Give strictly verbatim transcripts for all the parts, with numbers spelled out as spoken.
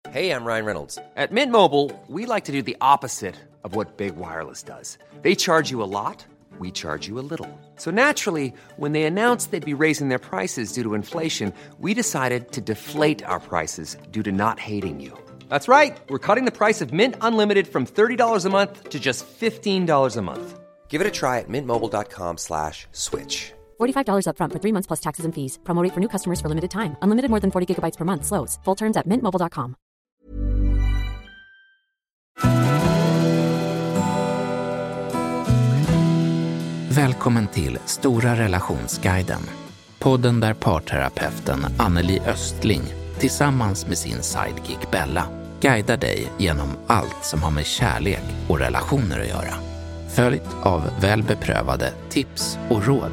Hey, I'm Ryan Reynolds. At Mint Mobile, we like to do the opposite of what Big Wireless does. They charge you a lot, we charge you a little. So naturally, when they announced they'd be raising their prices due to inflation, we decided to deflate our prices due to not hating you. That's right. We're cutting the price of Mint Unlimited from thirty dollars a month to just fifteen dollars a month. Give it a try at mintmobile.com slash switch. forty-five dollars up front for three months plus taxes and fees. Promo rate for new customers for limited time. Unlimited more than forty gigabytes per month. Slows full terms at mint mobile dot com. Välkommen till Stora relationsguiden. Podden där parterapeuten Anneli Östling tillsammans med sin sidekick Bella guidar dig genom allt som har med kärlek och relationer att göra. Följt av välbeprövade tips och råd.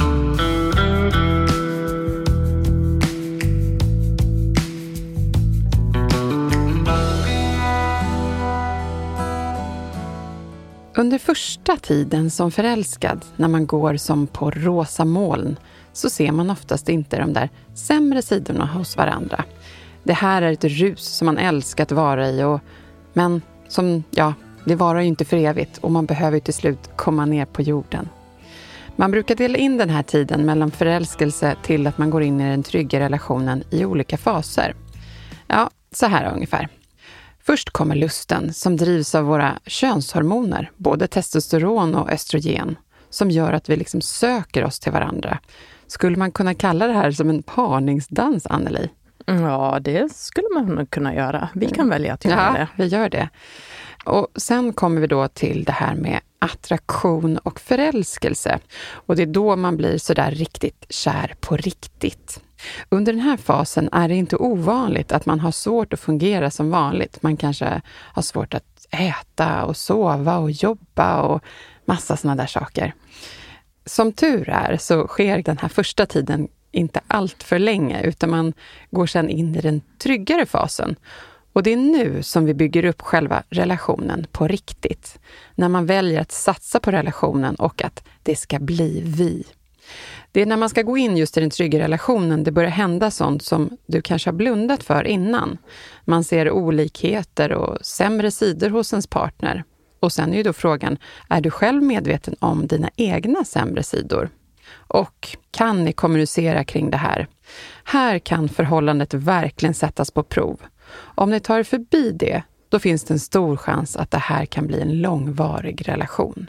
Under första tiden som förälskad, när man går som på rosa moln, så ser man oftast inte de där sämre sidorna hos varandra. Det här är ett rus som man älskar att vara i, och, men som, ja, det varar ju inte för evigt och man behöver ju till slut komma ner på jorden. Man brukar dela in den här tiden mellan förälskelse till att man går in i den trygga relationen i olika faser. Ja, så här ungefär. Först kommer lusten som drivs av våra könshormoner, både testosteron och östrogen, som gör att vi liksom söker oss till varandra. Skulle man kunna kalla det här som en parningsdans, Anneli? Ja, det skulle man kunna göra. Vi kan välja att göra ja, det. vi gör det. Och sen kommer vi då till det här med attraktion och förälskelse. Och det är då man blir så där riktigt kär på riktigt. Under den här fasen är det inte ovanligt att man har svårt att fungera som vanligt. Man kanske har svårt att äta och sova och jobba och massa såna där saker. Som tur är så sker den här första tiden inte allt för länge, utan man går sedan in i den tryggare fasen. Och det är nu som vi bygger upp själva relationen på riktigt. När man väljer att satsa på relationen och att det ska bli vi. Det är när man ska gå in just i den trygga relationen det börjar hända sånt som du kanske har blundat för innan. Man ser olikheter och sämre sidor hos ens partner. Och sen är ju då frågan, är du själv medveten om dina egna sämre sidor? Och kan ni kommunicera kring det här? Här kan förhållandet verkligen sättas på prov. Om ni tar förbi det, då finns det en stor chans att det här kan bli en långvarig relation.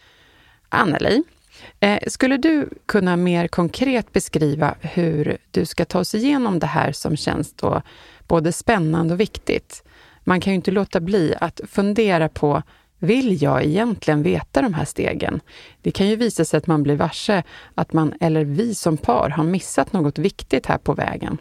Anneli, eh, skulle du kunna mer konkret beskriva hur du ska ta oss igenom det här som känns då både spännande och viktigt? Man kan ju inte låta bli att fundera på, vill jag egentligen veta de här stegen? Det kan ju visa sig att man blir varse att man eller vi som par har missat något viktigt här på vägen.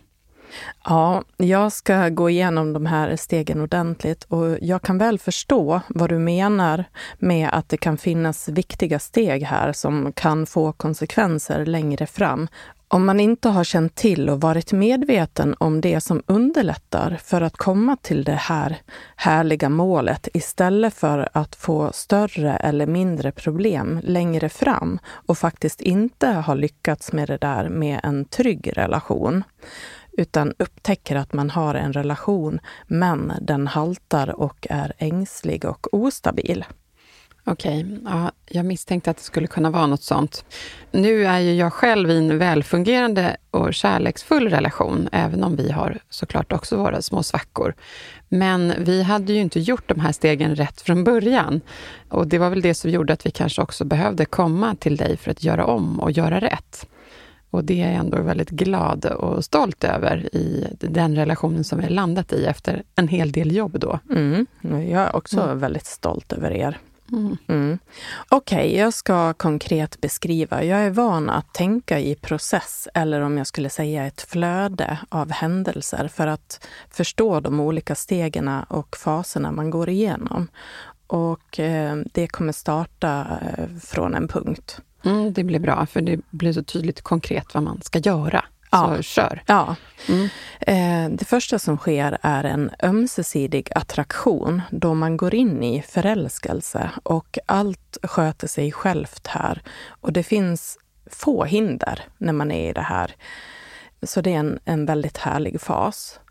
Ja, jag ska gå igenom de här stegen ordentligt och jag kan väl förstå vad du menar med att det kan finnas viktiga steg här som kan få konsekvenser längre fram. Om man inte har känt till och varit medveten om det som underlättar för att komma till det här härliga målet istället för att få större eller mindre problem längre fram och faktiskt inte ha lyckats med det där med en trygg relation, utan upptäcker att man har en relation men den haltar och är ängslig och ostabil. Okej, ja, jag misstänkte att det skulle kunna vara något sånt. Nu är ju jag själv i en välfungerande och kärleksfull relation, även om vi har såklart också våra små svackor. Men vi hade ju inte gjort de här stegen rätt från början. Och det var väl det som gjorde att vi kanske också behövde komma till dig för att göra om och göra rätt. Och det är jag ändå väldigt glad och stolt över i den relationen som vi har landat i efter en hel del jobb då. Mm, jag är också mm. väldigt stolt över er. Mm. Mm. Okej, okay, jag ska konkret beskriva. Jag är van att tänka i process, eller om jag skulle säga ett flöde av händelser för att förstå de olika stegen och faserna man går igenom. Och eh, det kommer starta eh, från en punkt. Mm, det blir bra, för det blir så tydligt konkret vad man ska göra. Ja. Så kör. Ja. Mm. Eh, det första som sker är en ömsesidig attraktion då man går in i förälskelse och allt sköter sig självt här. Och det finns få hinder när man är i det här. Så det är en, en väldigt härlig fas.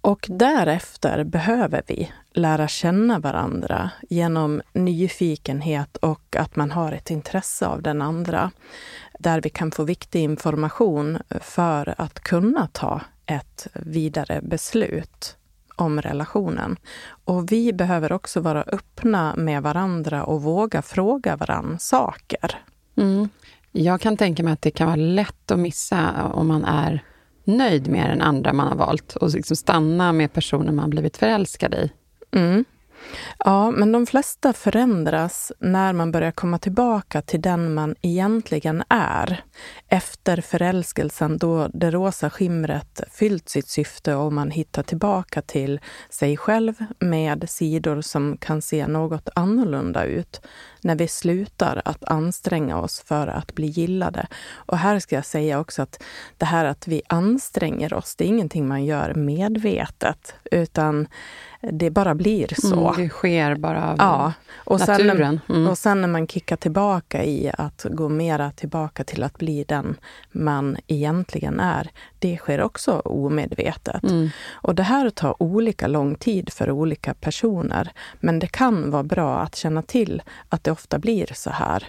Och därefter behöver vi lära känna varandra genom nyfikenhet och att man har ett intresse av den andra. Där vi kan få viktig information för att kunna ta ett vidare beslut om relationen. Och vi behöver också vara öppna med varandra och våga fråga varandra saker. Mm. Jag kan tänka mig att det kan vara lätt att missa om man är nöjd med den andra man har valt och liksom stanna med personen man blivit förälskad i. Mm. Ja, men de flesta förändras när man börjar komma tillbaka till den man egentligen är. Efter förälskelsen, då det rosa skimret fyllt sitt syfte och man hittar tillbaka till sig själv med sidor som kan se något annorlunda ut. När vi slutar att anstränga oss för att bli gillade. Och här ska jag säga också att det här att vi anstränger oss, det är ingenting man gör medvetet, utan det bara blir så. Mm, det sker bara av ja. och naturen. Sen, mm. Och sen när man kickar tillbaka i att gå mera tillbaka till att bli den man egentligen är, det sker också omedvetet. Mm. Och det här tar olika lång tid för olika personer, men det kan vara bra att känna till att det ofta blir så här.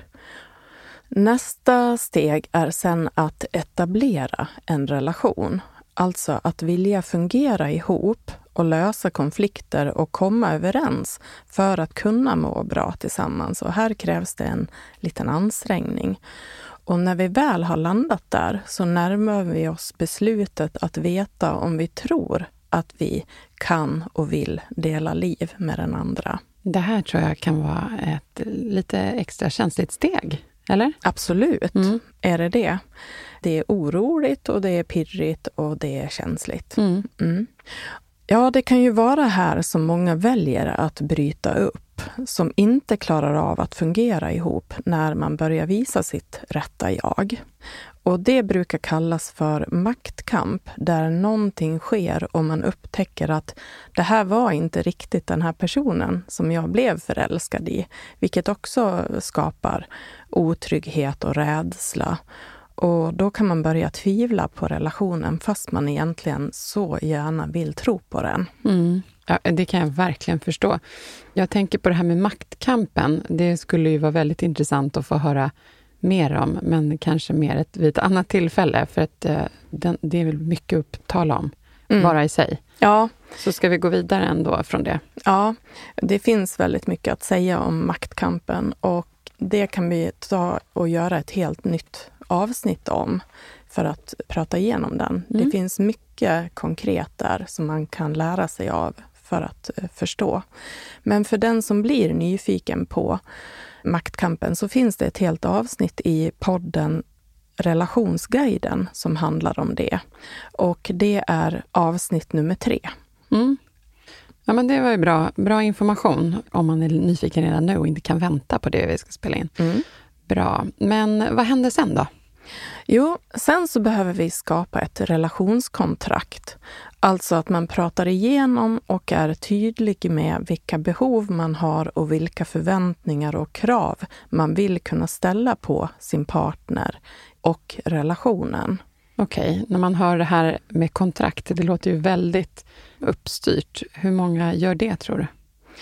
Nästa steg är sen att etablera en relation. Alltså att vilja fungera ihop och lösa konflikter och komma överens för att kunna må bra tillsammans. Och här krävs det en liten ansträngning. Och när vi väl har landat där så närmar vi oss beslutet att veta om vi tror att vi kan och vill dela liv med den andra. Det här tror jag kan vara ett lite extra känsligt steg, eller? Absolut, mm. är det det. Det är oroligt och det är pirrigt och det är känsligt. Mm. Mm. Ja, det kan ju vara här som många väljer att bryta upp, som inte klarar av att fungera ihop när man börjar visa sitt rätta jag. Och det brukar kallas för maktkamp, där någonting sker och man upptäcker att det här var inte riktigt den här personen som jag blev förälskad i, vilket också skapar otrygghet och rädsla. Och då kan man börja tvivla på relationen fast man egentligen så gärna vill tro på den. Mm. Ja, det kan jag verkligen förstå. Jag tänker på det här med maktkampen. Det skulle ju vara väldigt intressant att få höra mer om, men kanske mer ett, vid ett annat tillfälle, för att eh, den, det är väl mycket att tala om, mm. bara i sig. Ja. Så ska vi gå vidare ändå från det? Ja, det finns väldigt mycket att säga om maktkampen och det kan vi ta och göra ett helt nytt avsnitt om för att prata igenom den. Mm. Det finns mycket konkret där som man kan lära sig av för att förstå. Men för den som blir nyfiken på maktkampen så finns det ett helt avsnitt i podden Relationsguiden som handlar om det. Och det är avsnitt nummer tre. Mm. Ja, men det var ju bra, bra information om man är nyfiken redan nu och inte kan vänta på det vi ska spela in. Mm. Bra. Men vad händer sen då? Jo, sen så behöver vi skapa ett relationskontrakt. Alltså att man pratar igenom och är tydlig med vilka behov man har och vilka förväntningar och krav man vill kunna ställa på sin partner och relationen. Okej, när man hör det här med kontrakt, det låter ju väldigt uppstyrt. Hur många gör det, tror du?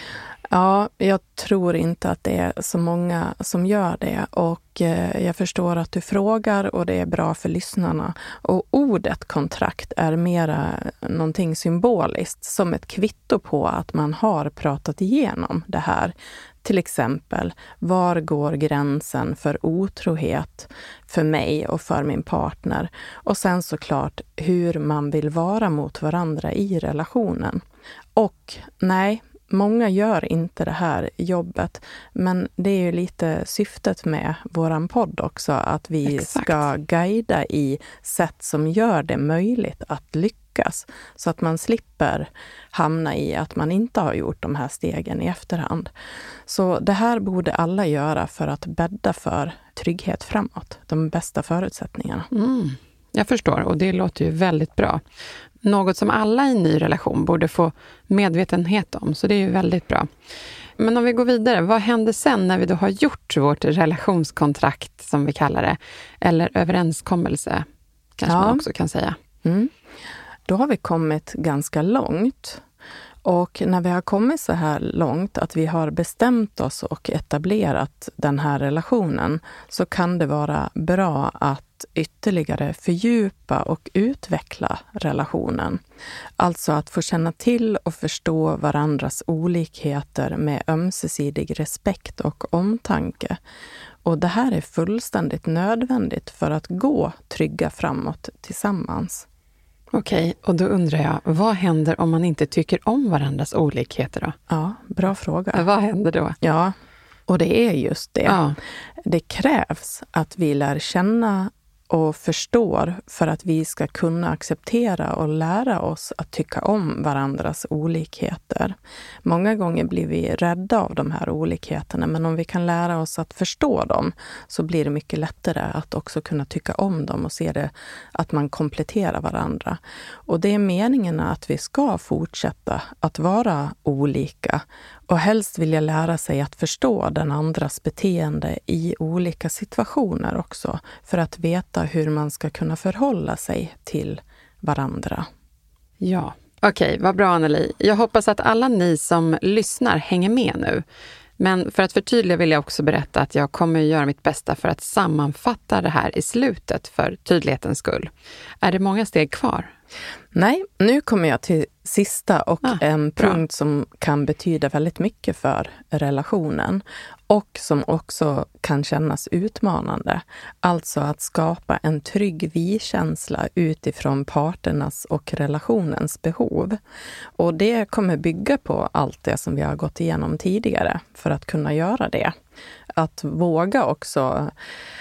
Ja, jag tror inte att det är så många som gör det och eh, jag förstår att du frågar och det är bra för lyssnarna. Och ordet kontrakt är mera någonting symboliskt, som ett kvitto på att man har pratat igenom det här. Till exempel, var går gränsen för otrohet för mig och för min partner? Och sen såklart hur man vill vara mot varandra i relationen. Och nej, många gör inte det här jobbet, men det är ju lite syftet med våran podd också, att vi Exakt. ska guida i sätt som gör det möjligt att lyckas, så att man slipper hamna i att man inte har gjort de här stegen i efterhand. Så det här borde alla göra för att bädda för trygghet framåt, de bästa förutsättningarna. Mm. Jag förstår, och det låter ju väldigt bra. Något som alla i en ny relation borde få medvetenhet om, så det är ju väldigt bra. Men om vi går vidare, vad händer sen när vi då har gjort vårt relationskontrakt, som vi kallar det, eller överenskommelse, kanske ja. man också kan säga? Mm. då har vi kommit ganska långt. Och när vi har kommit så här långt att vi har bestämt oss och etablerat den här relationen, så kan det vara bra att ytterligare fördjupa och utveckla relationen. Alltså att få känna till och förstå varandras olikheter med ömsesidig respekt och omtanke. Och det här är fullständigt nödvändigt för att gå trygga framåt tillsammans. Okej, och då undrar jag, vad händer om man inte tycker om varandras olikheter då? Ja, bra fråga. Vad händer då? Ja, och det är just det. Ja. Det krävs att vi lär känna och förstår för att vi ska kunna acceptera och lära oss att tycka om varandras olikheter. Många gånger blir vi rädda av de här olikheterna, men om vi kan lära oss att förstå dem så blir det mycket lättare att också kunna tycka om dem och se det att man kompletterar varandra. Och det är meningen att vi ska fortsätta att vara olika och helst vilja lära sig att förstå den andras beteende i olika situationer också, för att veta hur man ska kunna förhålla sig till varandra. Ja, okej, vad bra Anneli. Jag hoppas att alla ni som lyssnar hänger med nu. Men för att förtydliga vill jag också berätta att jag kommer göra mitt bästa för att sammanfatta det här i slutet för tydlighetens skull. Är det många steg kvar? Nej, nu kommer jag till sista och ah, en bra. punkt som kan betyda väldigt mycket för relationen och som också kan kännas utmanande. Alltså att skapa en trygg vi-känsla utifrån parternas och relationens behov. Och det kommer bygga på allt det som vi har gått igenom tidigare för att kunna göra det. Att våga också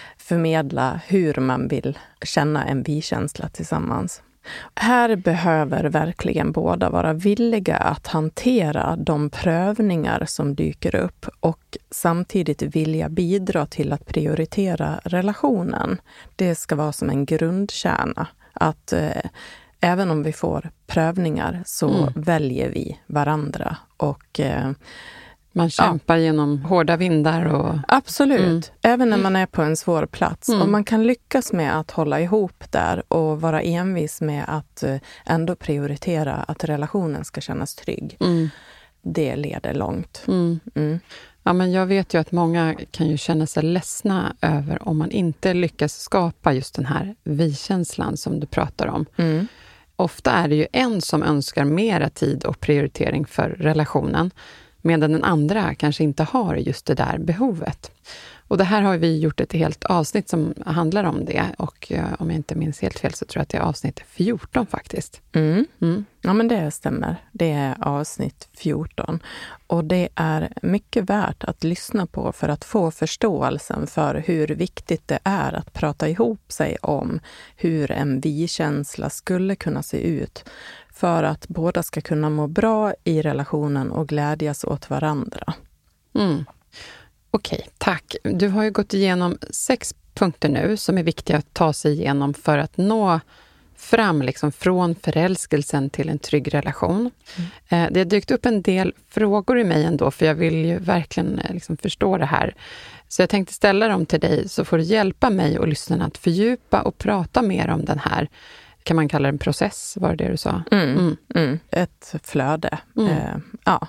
förmedla hur man vill känna en vi-känsla tillsammans. Här behöver verkligen båda vara villiga att hantera de prövningar som dyker upp och samtidigt vilja bidra till att prioritera relationen. Det ska vara som en grundkärna att eh, även om vi får prövningar så mm. väljer vi varandra och eh, man kämpar ja. genom hårda vindar och... Absolut, mm. även när man är på en svår plats. Mm. Och man kan lyckas med att hålla ihop där och vara envis med att ändå prioritera att relationen ska kännas trygg. Mm. Det leder långt. Mm. Mm. Ja, men jag vet ju att många kan ju känna sig ledsna över om man inte lyckas skapa just den här vi-känslan som du pratar om. Mm. Ofta är det ju en som önskar mera tid och prioritering för relationen, medan den andra kanske inte har just det där behovet. Och det här har vi gjort ett helt avsnitt som handlar om det. Och eh, om jag inte minns helt fel så tror jag att det är avsnitt fjorton faktiskt. Mm. Mm. Ja, men det stämmer. Det är avsnitt fjorton. Och det är mycket värt att lyssna på för att få förståelsen för hur viktigt det är att prata ihop sig om hur en vi-känsla skulle kunna se ut för att båda ska kunna må bra i relationen och glädjas åt varandra. Mm. Okej, tack. Du har ju gått igenom sex punkter nu som är viktiga att ta sig igenom för att nå fram liksom från förälskelsen till en trygg relation. Mm. Det har dykt upp en del frågor i mig ändå, för jag vill ju verkligen liksom förstå det här. Så jag tänkte ställa dem till dig så får du hjälpa mig och lyssnarna att fördjupa och prata mer om den här. Kan man kalla det en process, var det det du sa? Mm, mm. Mm. Ett flöde. Mm. Eh, ja.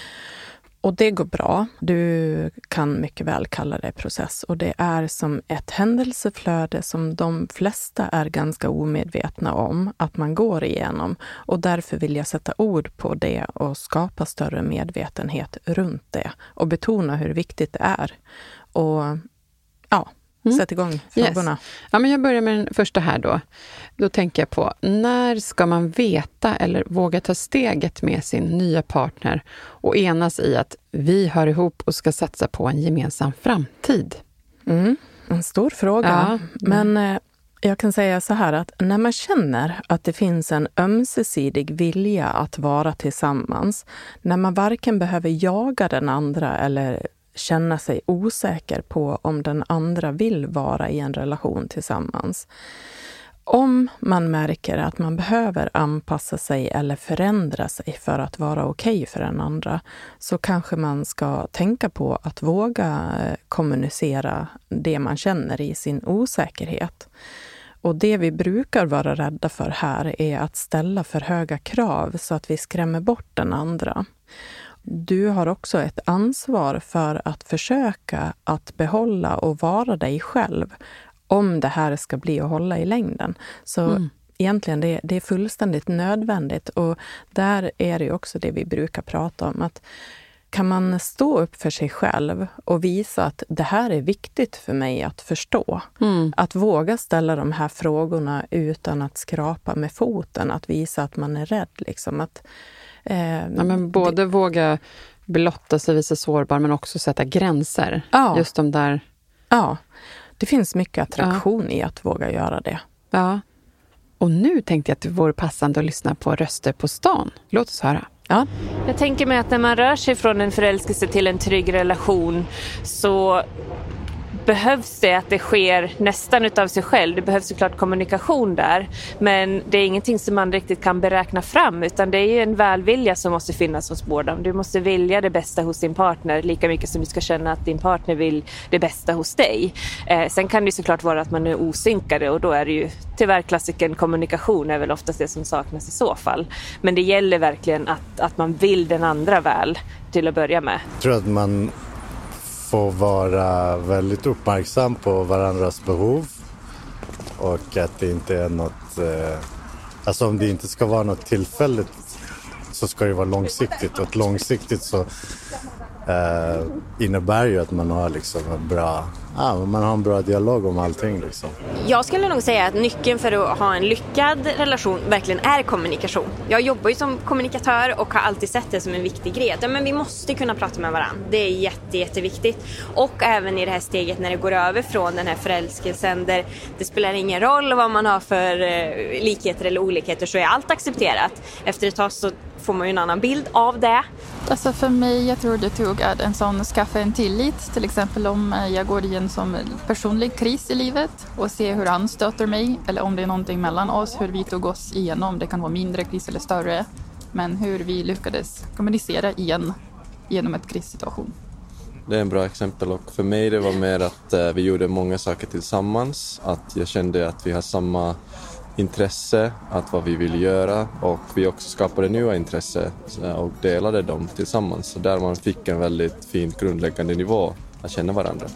Och det går bra. Du kan mycket väl kalla det process. Och det är som ett händelseflöde som de flesta är ganska omedvetna om att man går igenom. Och därför vill jag sätta ord på det och skapa större medvetenhet runt det. Och betona hur viktigt det är. Och ja... Mm. Sätt igång frågorna. Yes. Ja, men jag börjar med den första här då. Då tänker jag på, när ska man veta eller våga ta steget med sin nya partner och enas i att vi hör ihop och ska satsa på en gemensam framtid? Mm. En stor fråga. Ja. Mm. Men eh, jag kan säga så här att när man känner att det finns en ömsesidig vilja att vara tillsammans, när man varken behöver jaga den andra eller känna sig osäker på om den andra vill vara i en relation tillsammans. Om man märker att man behöver anpassa sig eller förändra sig för att vara okej för den andra, så kanske man ska tänka på att våga kommunicera det man känner i sin osäkerhet. Och det vi brukar vara rädda för här är att ställa för höga krav så att vi skrämmer bort den andra. Du har också ett ansvar för att försöka att behålla och vara dig själv om det här ska bli att hålla i längden. Så mm. egentligen det, det är fullständigt nödvändigt, och där är det ju också det vi brukar prata om, att kan man stå upp för sig själv och visa att det här är viktigt för mig att förstå. Mm. Att våga ställa de här frågorna utan att skrapa med foten. Att visa att man är rädd. Liksom. Att, eh, ja, men både det, våga blotta sig, visa sårbar, men också sätta gränser. Ja. Just de där... Ja, det finns mycket attraktion ja. i att våga göra det. Ja. Och nu tänkte jag att det vore passande att lyssna på röster på stan. Låt oss höra. Ja. Jag tänker mig att när man rör sig från en förälskelse till en trygg relation så behövs det att det sker nästan utav sig själv. Det behövs såklart kommunikation där. Men det är ingenting som man riktigt kan beräkna fram, utan det är ju en välvilja som måste finnas hos båda. Du måste vilja det bästa hos din partner lika mycket som du ska känna att din partner vill det bästa hos dig. Eh, sen kan det såklart vara att man är osynkade, och då är det ju tyvärr klassiken kommunikation är väl oftast det som saknas i så fall. Men det gäller verkligen att, att man vill den andra väl till att börja med. Jag tror att man får vara väldigt uppmärksam på varandras behov, och att det inte är något, eh, alltså om det inte ska vara något tillfälligt så ska det vara långsiktigt, och långsiktigt så eh, innebär ju att man har liksom en bra, ja, man har en bra dialog om allting liksom. Jag skulle nog säga att nyckeln för att ha en lyckad relation verkligen är kommunikation. Jag jobbar ju som kommunikatör och har alltid sett det som en viktig grej. Ja, men vi måste kunna prata med varandra. Det är jätte, jätteviktigt. Och även i det här steget när det går över från den här förälskelsen där det spelar ingen roll vad man har för eh, likheter eller olikheter, så är allt accepterat. Efter ett tag så får man ju en annan bild av det. Alltså för mig, jag tror det tog att en sån skaffa en tillit. Till exempel om jag går i en som personlig kris i livet och ser hur han stöter mig, eller om det är någonting mellan oss, hur vi tog oss igenom. Det kan vara mindre kris eller större, men hur vi lyckades kommunicera igen genom ett krissituation. Det är en bra exempel, och för mig det var mer att eh, vi gjorde många saker tillsammans. Att jag kände att vi har samma intresse, att vad vi vill göra, och vi också skapade nya intresse och delade dem tillsammans. Så där man fick en väldigt fin grundläggande nivå att känna varandra.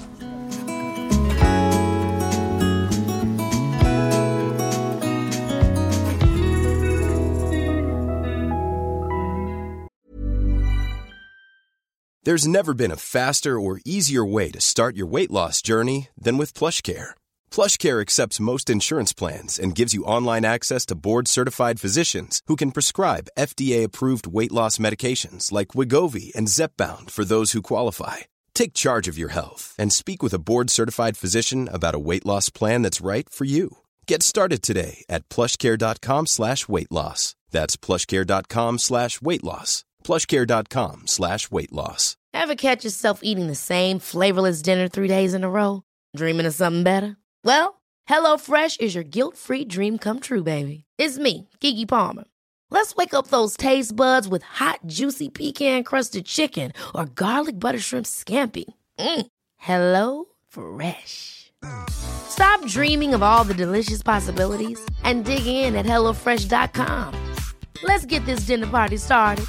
There's never been a faster or easier way to start your weight loss journey than with PlushCare. PlushCare accepts most insurance plans and gives you online access to board-certified physicians who can prescribe F D A-approved weight loss medications like Wegovy and Zepbound for those who qualify. Take charge of your health and speak with a board-certified physician about a weight loss plan that's right for you. Get started today at plushcare.com slash weight loss. That's plushcare.com slash weight loss. plushcare.com slash weight loss. Ever catch yourself eating the same flavorless dinner three days in a row? Dreaming of something better? Well, HelloFresh is your guilt-free dream come true, baby. It's me, Keke Palmer. Let's wake up those taste buds with hot, juicy pecan-crusted chicken or garlic butter shrimp scampi. Mm. Hello Fresh. Stop dreaming of all the delicious possibilities and dig in at hello fresh dot com. Let's get this dinner party started.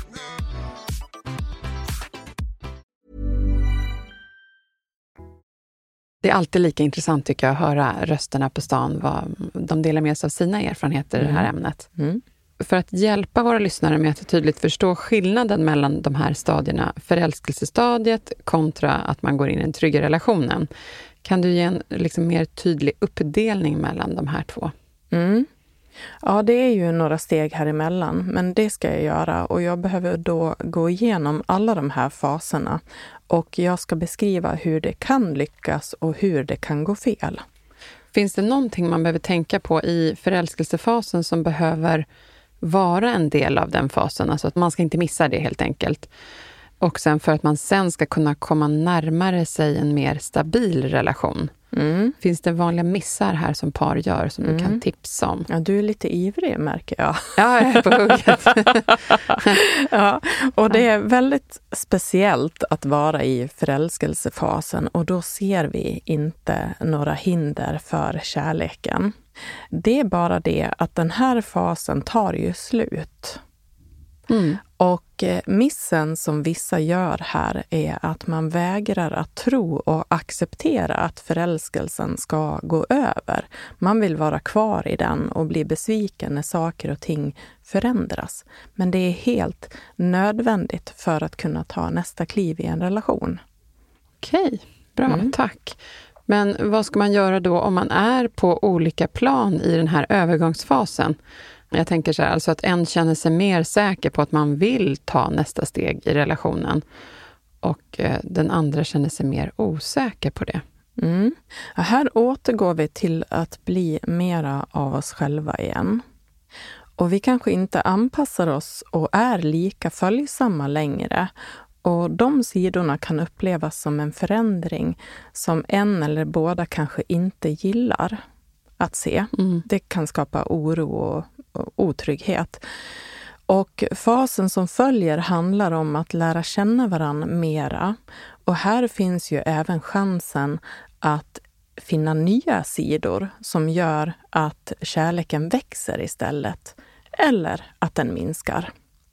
Det är alltid lika intressant tycker jag att höra rösterna på stan, vad de delar med sig av sina erfarenheter i mm. det här ämnet. Mm. För att hjälpa våra lyssnare med att tydligt förstå skillnaden mellan de här stadierna, förälskelsestadiet kontra att man går in i en trygg relationen, kan du ge en liksom mer tydlig uppdelning mellan de här två? Mm. Ja, det är ju några steg här emellan, men det ska jag göra, och jag behöver då gå igenom alla de här faserna, och jag ska beskriva hur det kan lyckas och hur det kan gå fel. Finns det någonting man behöver tänka på i förälskelsefasen som behöver vara en del av den fasen? Alltså att man ska inte missa det helt enkelt. Och sen för att man sen ska kunna komma närmare sig en mer stabil relation. Mm. Finns det vanliga missar här som par gör som mm. du kan tipsa om? Ja, du är lite ivrig märker jag. Ja, jag är på hugget. Ja, och det är väldigt speciellt att vara i förälskelsefasen, och då ser vi inte några hinder för kärleken. Det är bara det att den här fasen tar ju slut. Mm. Och missen som vissa gör här är att man vägrar att tro och acceptera att förälskelsen ska gå över. Man vill vara kvar i den och bli besviken när saker och ting förändras. Men det är helt nödvändigt för att kunna ta nästa kliv i en relation. Okej, bra, Mm. tack. Men vad ska man göra då om man är på olika plan i den här övergångsfasen? Jag tänker så här, alltså att en känner sig mer säker på att man vill ta nästa steg i relationen och eh, den andra känner sig mer osäker på det. Mm. Ja, här återgår vi till att bli mera av oss själva igen. Och vi kanske inte anpassar oss och är lika följsamma längre. Och de sidorna kan upplevas som en förändring som en eller båda kanske inte gillar att se. Mm. Det kan skapa oro och, och otrygghet. Och fasen som följer handlar om att lära känna varann mera. Och här finns ju även chansen att finna nya sidor som gör att kärleken växer istället. Eller att den minskar.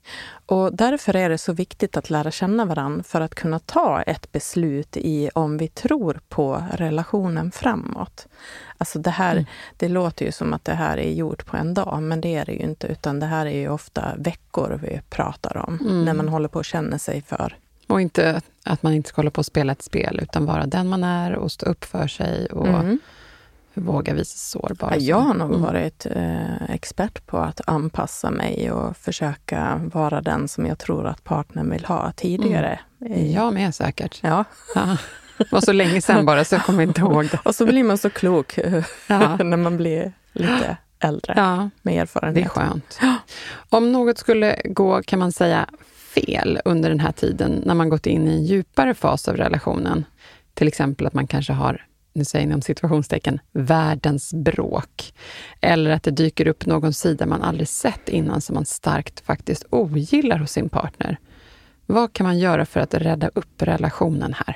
Och därför är det så viktigt att lära känna varann för att kunna ta ett beslut i om vi tror på relationen framåt. Alltså det här, mm. det låter ju som att det här är gjort på en dag, men det är det ju inte, utan det här är ju ofta veckor vi pratar om mm. när man håller på att känna sig för. Och inte att man inte ska hålla på att spela ett spel utan vara den man är och stå upp för sig och mm. våga visa sårbar. Ja, jag har nog mm. varit eh, expert på att anpassa mig och försöka vara den som jag tror att partnern vill ha tidigare. Mm. Jag med säkert. Ja. ja. Det var så länge sedan bara så jag kommer inte ihåg det. Och så blir man så klok ja. när man blir lite äldre ja. med erfarenhet. Det är skönt. Om något skulle gå, kan man säga, fel under den här tiden när man gått in i en djupare fas av relationen. Till exempel att man kanske har, nu säger ni om situationstecken, världens bråk. Eller att det dyker upp någon sida man aldrig sett innan som man starkt faktiskt ogillar hos sin partner. Vad kan man göra för att rädda upp relationen här?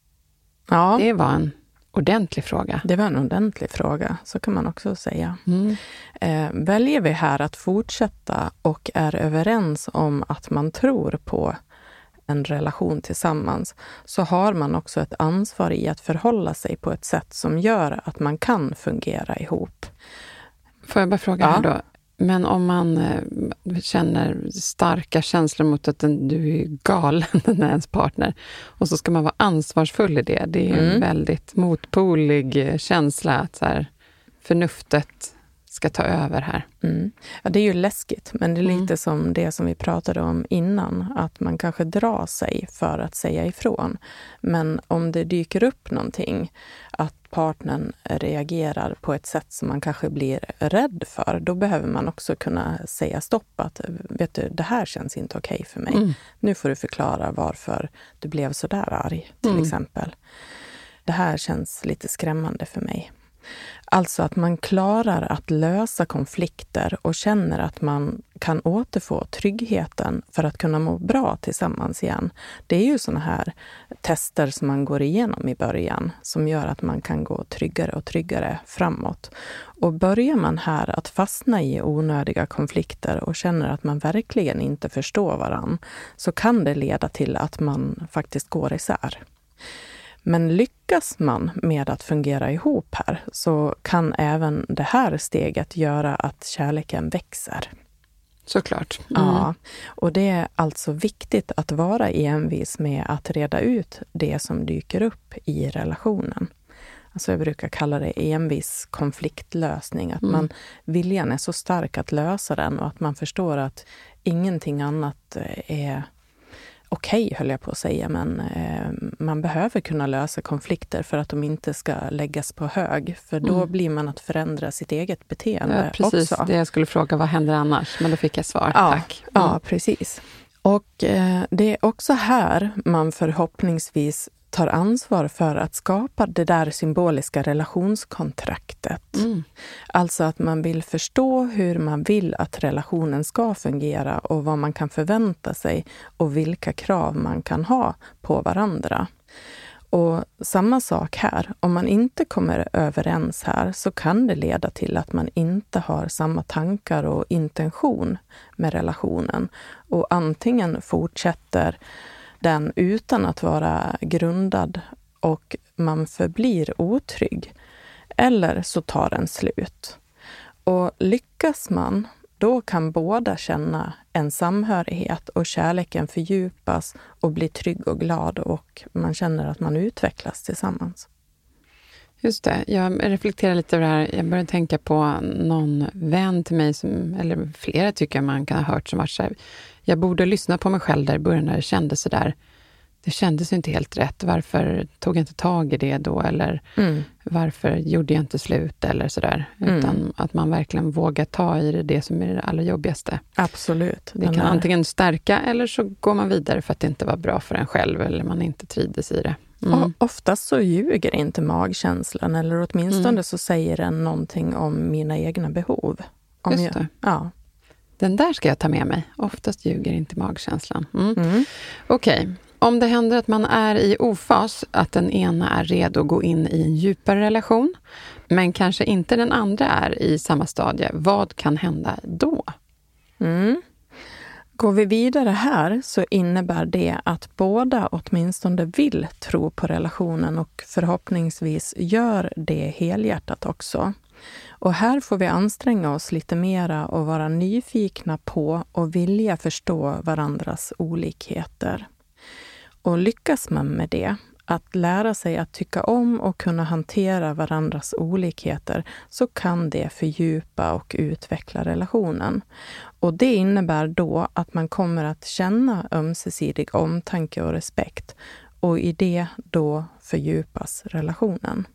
Ja. Det var en ordentlig fråga. Det var en ordentlig fråga, så kan man också säga. Mm. Eh, väljer vi här att fortsätta och är överens om att man tror på en relation tillsammans, så har man också ett ansvar i att förhålla sig på ett sätt som gör att man kan fungera ihop. Får jag bara fråga ja. här då? Men om man eh, känner starka känslor mot att den, du är galen, den är ens partner, och så ska man vara ansvarsfull i det. Det är mm. en väldigt motpolig känsla att så här, förnuftet ska ta över här. Mm. Ja, det är ju läskigt, men det är lite mm. som det som vi pratade om innan, att man kanske drar sig för att säga ifrån. Men om det dyker upp någonting, att partnern reagerar på ett sätt som man kanske blir rädd för, då behöver man också kunna säga stopp, att vet du, det här känns inte okej för mig. Mm. Nu får du förklara varför du blev så där arg, till mm. exempel. Det här känns lite skrämmande för mig. Alltså att man klarar att lösa konflikter och känner att man kan återfå tryggheten för att kunna må bra tillsammans igen. Det är ju såna här tester som man går igenom i början som gör att man kan gå tryggare och tryggare framåt. Och börjar man här att fastna i onödiga konflikter och känner att man verkligen inte förstår varann, så kan det leda till att man faktiskt går isär. Men lyckas man med att fungera ihop här, så kan även det här steget göra att kärleken växer. Såklart. Mm. Ja, och det är alltså viktigt att vara envis med att reda ut det som dyker upp i relationen. Alltså jag brukar kalla det envis konfliktlösning. Att mm. man, viljan är så stark att lösa den och att man förstår att ingenting annat är okej, höll jag på att säga, men eh, man behöver kunna lösa konflikter för att de inte ska läggas på hög. För då mm. blir man att förändra sitt eget beteende ja, precis också. Det jag skulle fråga, vad händer annars? Men då fick jag svar, ja, tack. Mm. Ja, precis. Och eh, det är också här man förhoppningsvis tar ansvar för att skapa det där symboliska relationskontraktet. Mm. Alltså att man vill förstå hur man vill att relationen ska fungera och vad man kan förvänta sig och vilka krav man kan ha på varandra. Och samma sak här, om man inte kommer överens här så kan det leda till att man inte har samma tankar och intention med relationen. Och antingen fortsätter den utan att vara grundad och man förblir otrygg. Eller så tar den slut. Och lyckas man, då kan båda känna en samhörighet och kärleken fördjupas och bli trygg och glad och man känner att man utvecklas tillsammans. Just det, jag reflekterar lite över det här. Jag började tänka på någon vän till mig, som, eller flera tycker jag man kan ha hört som var så här, jag borde lyssna på mig själv där i början när det kändes så där. Det kändes inte helt rätt. Varför tog jag inte tag i det då? Eller mm. varför gjorde jag inte slut? Eller sådär. Mm. Utan att man verkligen vågar ta i det, det som är det allra jobbigaste. Absolut. Det kan här... antingen stärka eller så går man vidare för att det inte var bra för en själv. Eller man inte trivdes i det. Mm. Och oftast så ljuger inte magkänslan. Eller åtminstone mm. så säger den någonting om mina egna behov. Om Just jag... det. Ja. Den där ska jag ta med mig. Oftast ljuger inte magkänslan. Mm. Mm. Okej. Okay. Om det händer att man är i ofas, att den ena är redo att gå in i en djupare relation, men kanske inte den andra är i samma stadie, vad kan hända då? Mm. Går vi vidare här så innebär det att båda åtminstone vill tro på relationen och förhoppningsvis gör det helhjärtat också. Och här får vi anstränga oss lite mera och vara nyfikna på och vilja förstå varandras olikheter. Och lyckas man med det, att lära sig att tycka om och kunna hantera varandras olikheter, så kan det fördjupa och utveckla relationen. Och det innebär då att man kommer att känna ömsesidig omtanke och respekt, och i det då fördjupas relationen.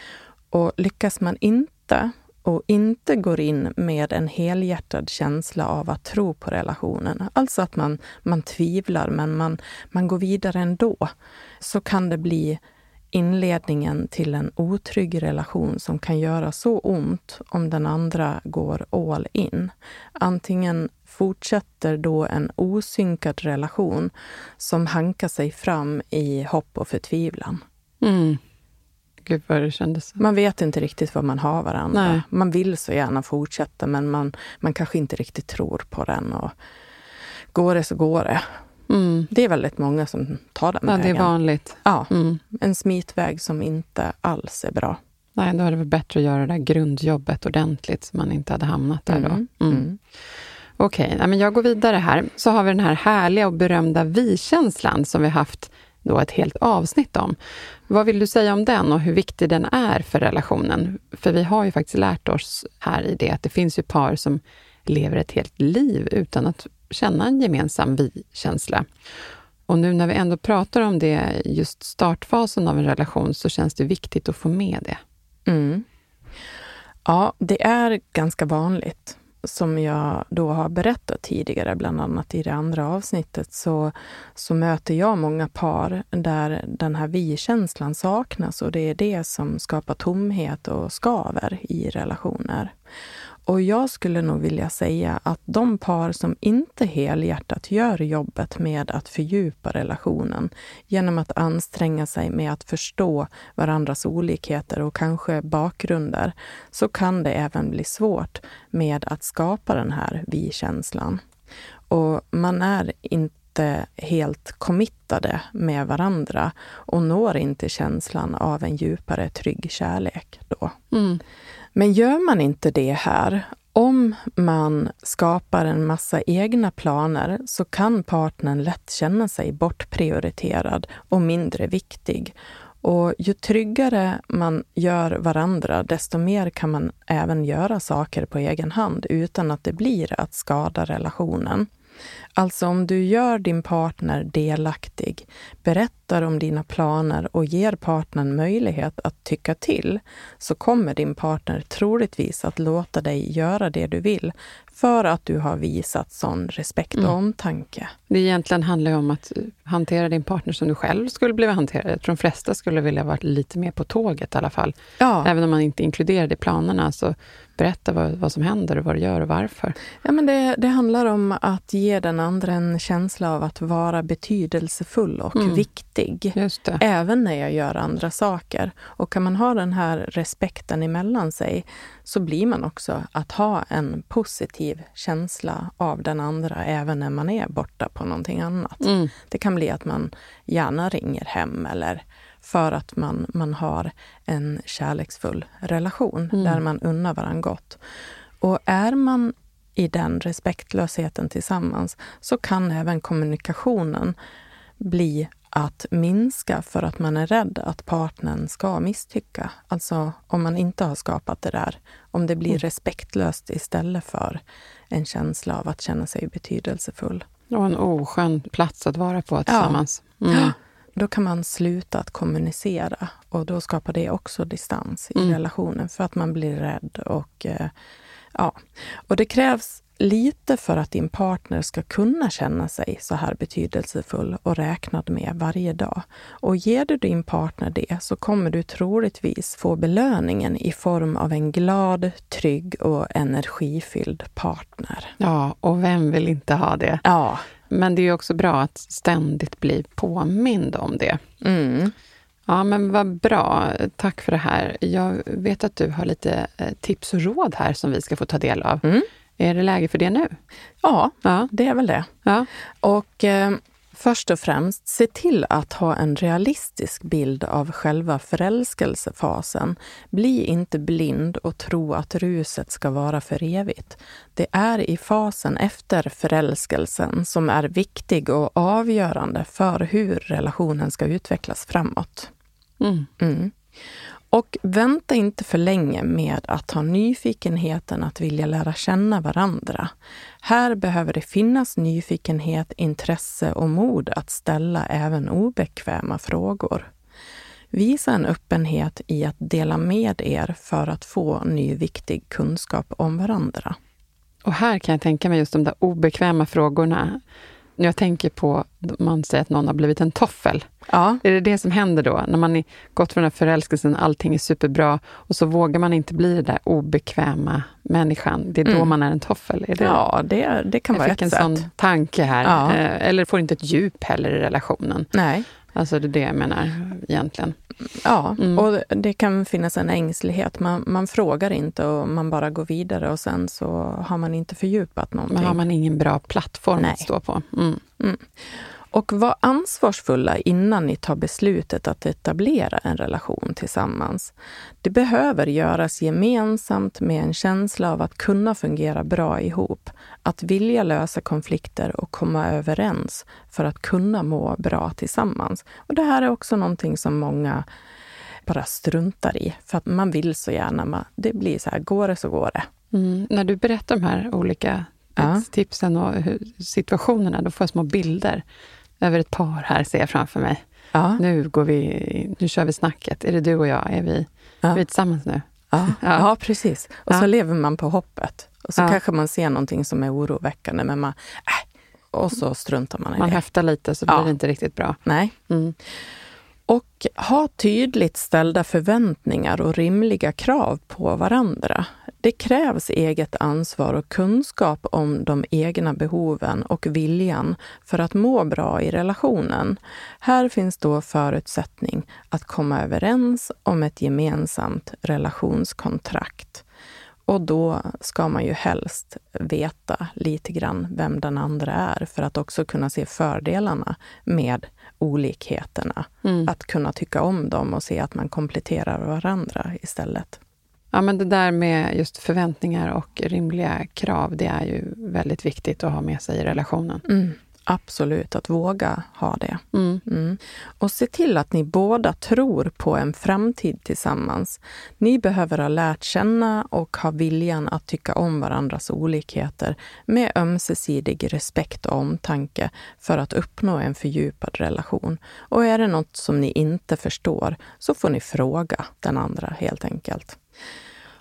Och lyckas man inte och inte går in med en helhjärtad känsla av att tro på relationen, alltså att man, man tvivlar men man, man går vidare ändå, så kan det bli inledningen till en otrygg relation som kan göra så ont om den andra går all in. Antingen fortsätter då en osynkad relation som hankar sig fram i hopp och förtvivlan. Mm. Gud vad det kändes. Man vet inte riktigt vad man har varandra. Nej. Man vill så gärna fortsätta men man, man kanske inte riktigt tror på den. Och går det så går det. Mm. Det är väldigt många som tar den ja, vägen. Det är vanligt. Ja, mm. en smitväg som inte alls är bra. Nej, då är det väl bättre att göra det där grundjobbet ordentligt så man inte hade hamnat där mm. då. Mm. Mm. Okej, okay, men jag går vidare här. Så har vi den här härliga och berömda vi-känslan som vi haft då ett helt avsnitt om. Vad vill du säga om den och hur viktig den är för relationen? För vi har ju faktiskt lärt oss här i det att det finns ju par som lever ett helt liv utan att känna en gemensam vi-känsla. Och nu när vi ändå pratar om det, just startfasen av en relation, så känns det viktigt att få med det. Mm. Ja, det är ganska vanligt. Som jag då har berättat tidigare, bland annat i det andra avsnittet, så, så möter jag många par där den här vi-känslan saknas, och det är det som skapar tomhet och skaver i relationer. Och jag skulle nog vilja säga att de par som inte helhjärtat gör jobbet med att fördjupa relationen genom att anstränga sig med att förstå varandras olikheter och kanske bakgrunder, så kan det även bli svårt med att skapa den här vi-känslan. Och man är inte helt committade med varandra och når inte känslan av en djupare trygg kärlek då. Mm. Men gör man inte det här, om man skapar en massa egna planer, så kan partnern lätt känna sig bortprioriterad och mindre viktig. Och ju tryggare man gör varandra, desto mer kan man även göra saker på egen hand utan att det blir att skada relationen. Alltså om du gör din partner delaktig, berättar om dina planer och ger partnern möjlighet att tycka till, så kommer din partner troligtvis att låta dig göra det du vill för att du har visat sån respekt och Mm. omtanke. Det egentligen handlar ju om att hantera din partner som du själv skulle bli hanterad. Jag tror de flesta skulle vilja vara lite mer på tåget i alla fall. Ja. Även om man inte inkluderar det i planerna, så berätta vad, vad som händer och vad du gör och varför. Ja, men det, det handlar om att ge den andra en känsla av att vara betydelsefull och Mm. viktig. Just det. Även när jag gör andra saker. Och kan man ha den här respekten emellan sig, så blir man också att ha en positiv känsla av den andra även när man är borta på någonting annat. Mm. Det kan bli att man gärna ringer hem, eller för att man, man har en kärleksfull relation Mm. där man unnar varandra gott. Och är man i den respektlösheten tillsammans, så kan även kommunikationen bli att minska för att man är rädd att partnern ska misstycka. Alltså om man inte har skapat det där, om det blir Mm. respektlöst istället för en känsla av att känna sig betydelsefull. Och en oskön plats att vara på tillsammans. Mm. Ja. Då kan man sluta att kommunicera, och då skapar det också distans i Mm. relationen för att man blir rädd. Och, eh, ja. och det krävs lite för att din partner ska kunna känna sig så här betydelsefull och räknad med varje dag. Och ger du din partner det, så kommer du troligtvis få belöningen i form av en glad, trygg och energifylld partner. Ja, och vem vill inte ha det? Ja. Men det är ju också bra att ständigt bli påmind om det. Mm. Ja, men vad bra. Tack för det här. Jag vet att du har lite tips och råd här som vi ska få ta del av. Mm. Är det läge för det nu? Ja, Ja. det är väl det. Ja. Och eh, först och främst, se till att ha en realistisk bild av själva förälskelsefasen. Bli inte blind och tro att ruset ska vara för evigt. Det är i fasen efter förälskelsen som är viktig och avgörande för hur relationen ska utvecklas framåt. Mm. Mm. Och vänta inte för länge med att ha nyfikenheten att vilja lära känna varandra. Här behöver det finnas nyfikenhet, intresse och mod att ställa även obekväma frågor. Visa en öppenhet i att dela med er för att få ny viktig kunskap om varandra. Och här kan jag tänka mig just de där obekväma frågorna. Jag tänker på, man säger att någon har blivit en toffel. Ja. Är det det som händer då? När man är gått från den här förälskelsen, allting är superbra, och så vågar man inte bli den där obekväma människan. Det är då Mm. man är en toffel. Är det? Ja, det, det kan jag vara fick ett en sätt. sån tanke här. Ja. Eh, Eller får inte ett djup heller i relationen. Nej. Alltså det är det jag menar egentligen. Ja, Mm. och det kan finnas en ängslighet. Man, man frågar inte och man bara går vidare, och sen så har man inte fördjupat någonting. Men har man ingen bra plattform Nej. att stå på. Mm. Mm. Och var ansvarsfulla innan ni tar beslutet att etablera en relation tillsammans. Det behöver göras gemensamt med en känsla av att kunna fungera bra ihop. Att vilja lösa konflikter och komma överens för att kunna må bra tillsammans. Och det här är också någonting som många bara struntar i. För att man vill så gärna. Man, det blir så här, går det så går det. Mm. När du berättar de här olika Ja. tipsen och hur, situationerna, då får jag små bilder över ett par här, ser jag framför mig. Ja. Nu går vi, nu kör vi snacket. Är det du och jag? Är vi, Ja. är vi tillsammans nu? Ja, Ja. ja. precis. Och så Ja. lever man på hoppet. Och så Ja. kanske man ser någonting som är oroväckande, men man, äh, och så struntar man i Man det. häftar lite så blir Ja. det inte riktigt bra. Nej. Mm. Och ha tydligt ställda förväntningar och rimliga krav på varandra. Det krävs eget ansvar och kunskap om de egna behoven och viljan för att må bra i relationen. Här finns då förutsättning att komma överens om ett gemensamt relationskontrakt. Och då ska man ju helst veta lite grann vem den andra är, för att också kunna se fördelarna med olikheterna. Mm. Att kunna tycka om dem och se att man kompletterar varandra istället. Ja, men det där med just förväntningar och rimliga krav, det är ju väldigt viktigt att ha med sig i relationen. Mm. Absolut, att våga ha det. Mm. Mm. Och se till att ni båda tror på en framtid tillsammans. Ni behöver ha lärt känna och ha viljan att tycka om varandras olikheter med ömsesidig respekt och omtanke för att uppnå en fördjupad relation. Och är det något som ni inte förstår, så får ni fråga den andra helt enkelt.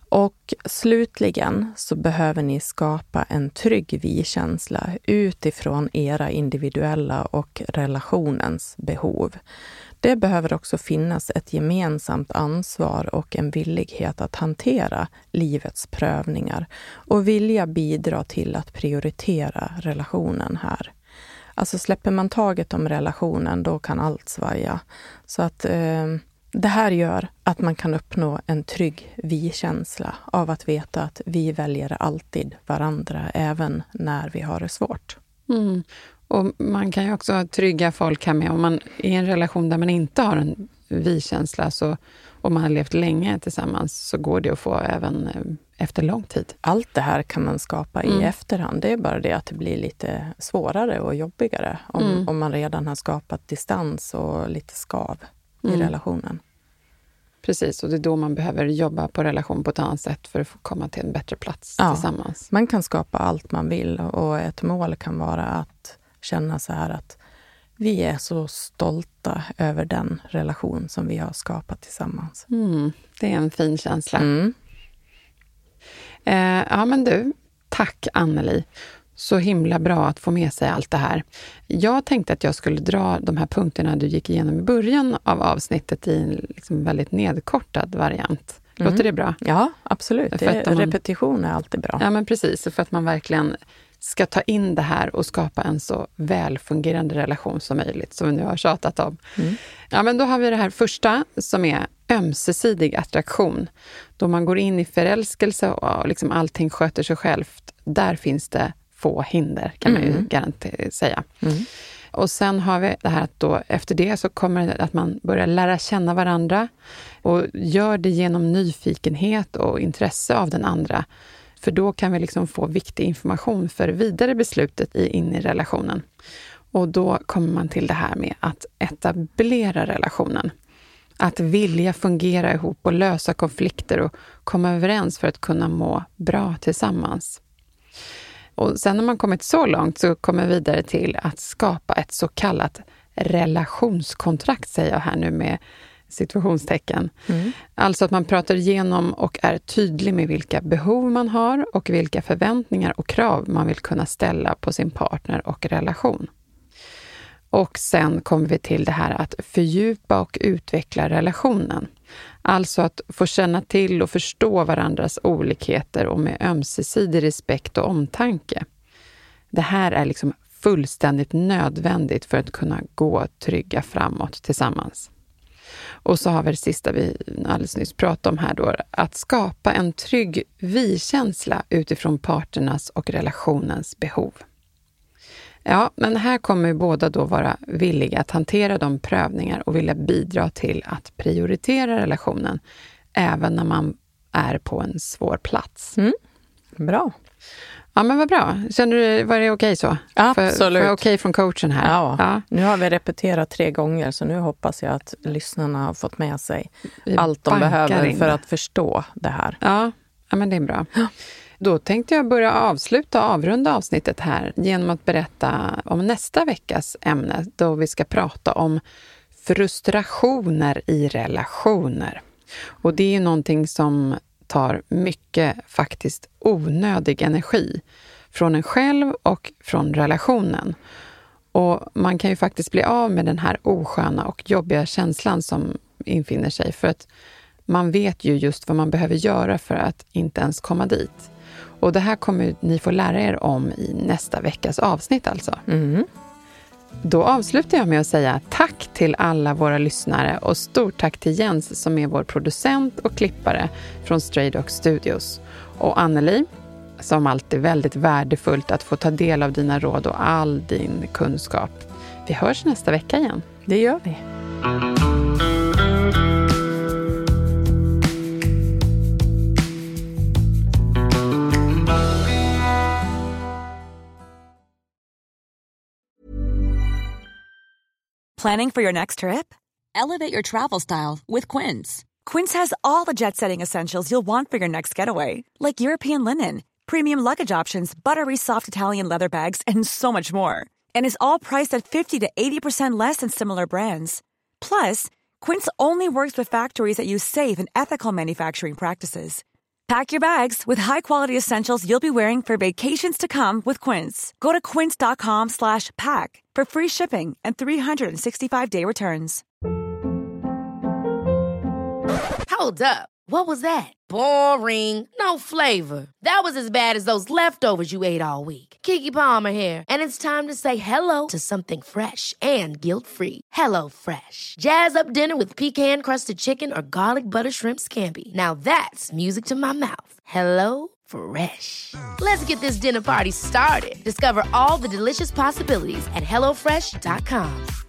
Och slutligen så behöver ni skapa en trygg vi-känsla utifrån era individuella och relationens behov. Det behöver också finnas ett gemensamt ansvar och en villighet att hantera livets prövningar och vilja bidra till att prioritera relationen här. Alltså släpper man taget om relationen, då kan allt svaja. Så att eh, det här gör att man kan uppnå en trygg vi-känsla av att veta att vi väljer alltid varandra även när vi har det svårt. Mm. Och man kan ju också trygga folk här med, om man är i en relation där man inte har en vi-känsla, så om man har levt länge tillsammans, så går det att få även efter lång tid. Allt det här kan man skapa mm. i efterhand. Det är bara det att det blir lite svårare och jobbigare om, mm. om man redan har skapat distans och lite skav mm. i relationen. Precis, och det är då man behöver jobba på relation på ett annat sätt för att få komma till en bättre plats ja, tillsammans. Man kan skapa allt man vill, och ett mål kan vara att känna så här att vi är så stolta över den relation som vi har skapat tillsammans. Mm, det är en fin känsla. Mm. Eh, ja men du, tack Anneli. Så himla bra att få med sig allt det här. Jag tänkte att jag skulle dra de här punkterna du gick igenom i början av avsnittet i en liksom väldigt nedkortad variant. Låter mm. det bra? Ja, absolut. Det, man, repetition är alltid bra. Ja men precis, för att man verkligen ska ta in det här och skapa en så välfungerande relation som möjligt, som vi nu har tjatat om. Mm. Ja, men då har vi det här första som är ömsesidig attraktion. Då man går in i förälskelse och liksom allting sköter sig självt. Där finns det få hinder, kan mm. man ju garanterat säga. Mm. Och sen har vi det här att då efter det så kommer det att man börjar lära känna varandra och gör det genom nyfikenhet och intresse av den andra. För då kan vi liksom få viktig information för vidare beslutet i, in i relationen. Och då kommer man till det här med att etablera relationen. Att vilja fungera ihop och lösa konflikter och komma överens för att kunna må bra tillsammans. Och sen när man kommit så långt så kommer vi vidare till att skapa ett så kallat relationskontrakt, säger jag här nu med situationstecken. Mm. Alltså att man pratar igenom och är tydlig med vilka behov man har och vilka förväntningar och krav man vill kunna ställa på sin partner och relation. Och sen kommer vi till det här att fördjupa och utveckla relationen. Alltså att få känna till och förstå varandras olikheter och med ömsesidig respekt och omtanke. Det här är liksom fullständigt nödvändigt för att kunna gå trygga framåt tillsammans. Och så har vi det sista vi alldeles nyss pratade om här då, att skapa en trygg vi-känsla utifrån parternas och relationens behov. Ja, men här kommer båda då vara villiga att hantera de prövningar och vilja bidra till att prioritera relationen även när man är på en svår plats. Mm. Bra. Ja, men vad bra. Känner du, var det okej så? Absolut. För, för okej från coachen här? Ja. ja, nu har vi repeterat tre gånger så nu hoppas jag att lyssnarna har fått med sig vi allt de behöver för att förstå det här. Ja, ja men det är bra. Ja. Då tänkte jag börja avsluta och avrunda avsnittet här genom att berätta om nästa veckas ämne då vi ska prata om frustrationer i relationer. Och det är ju någonting som tar mycket faktiskt onödig energi från en själv och från relationen. Och man kan ju faktiskt bli av med den här osköna och jobbiga känslan som infinner sig för att man vet ju just vad man behöver göra för att inte ens komma dit. Och det här kommer ni få lära er om i nästa veckas avsnitt alltså. Mm. Då avslutar jag med att säga tack till alla våra lyssnare och stort tack till Jens som är vår producent och klippare från Stray Dog Studios. Och Anneli, som alltid väldigt värdefullt att få ta del av dina råd och all din kunskap. Vi hörs nästa vecka igen. Det gör vi. Planning for your next trip? Elevate your travel style with Quince. Quince has all the jet-setting essentials you'll want for your next getaway, like European linen, premium luggage options, buttery soft Italian leather bags, and so much more. And is all priced at fifty to eighty percent less than similar brands. Plus, Quince only works with factories that use safe and ethical manufacturing practices. Pack your bags with high-quality essentials you'll be wearing for vacations to come with Quince. Go to quince.com slash pack for free shipping and three sixty-five day returns. Hold up. What was that? Boring. No flavor. That was as bad as those leftovers you ate all week. Keke Palmer here, and it's time to say hello to something fresh and guilt-free. Hello Fresh. Jazz up dinner with pecan-crusted chicken or garlic butter shrimp scampi. Now that's music to my mouth. Hello Fresh. Let's get this dinner party started. Discover all the delicious possibilities at hello fresh dot com.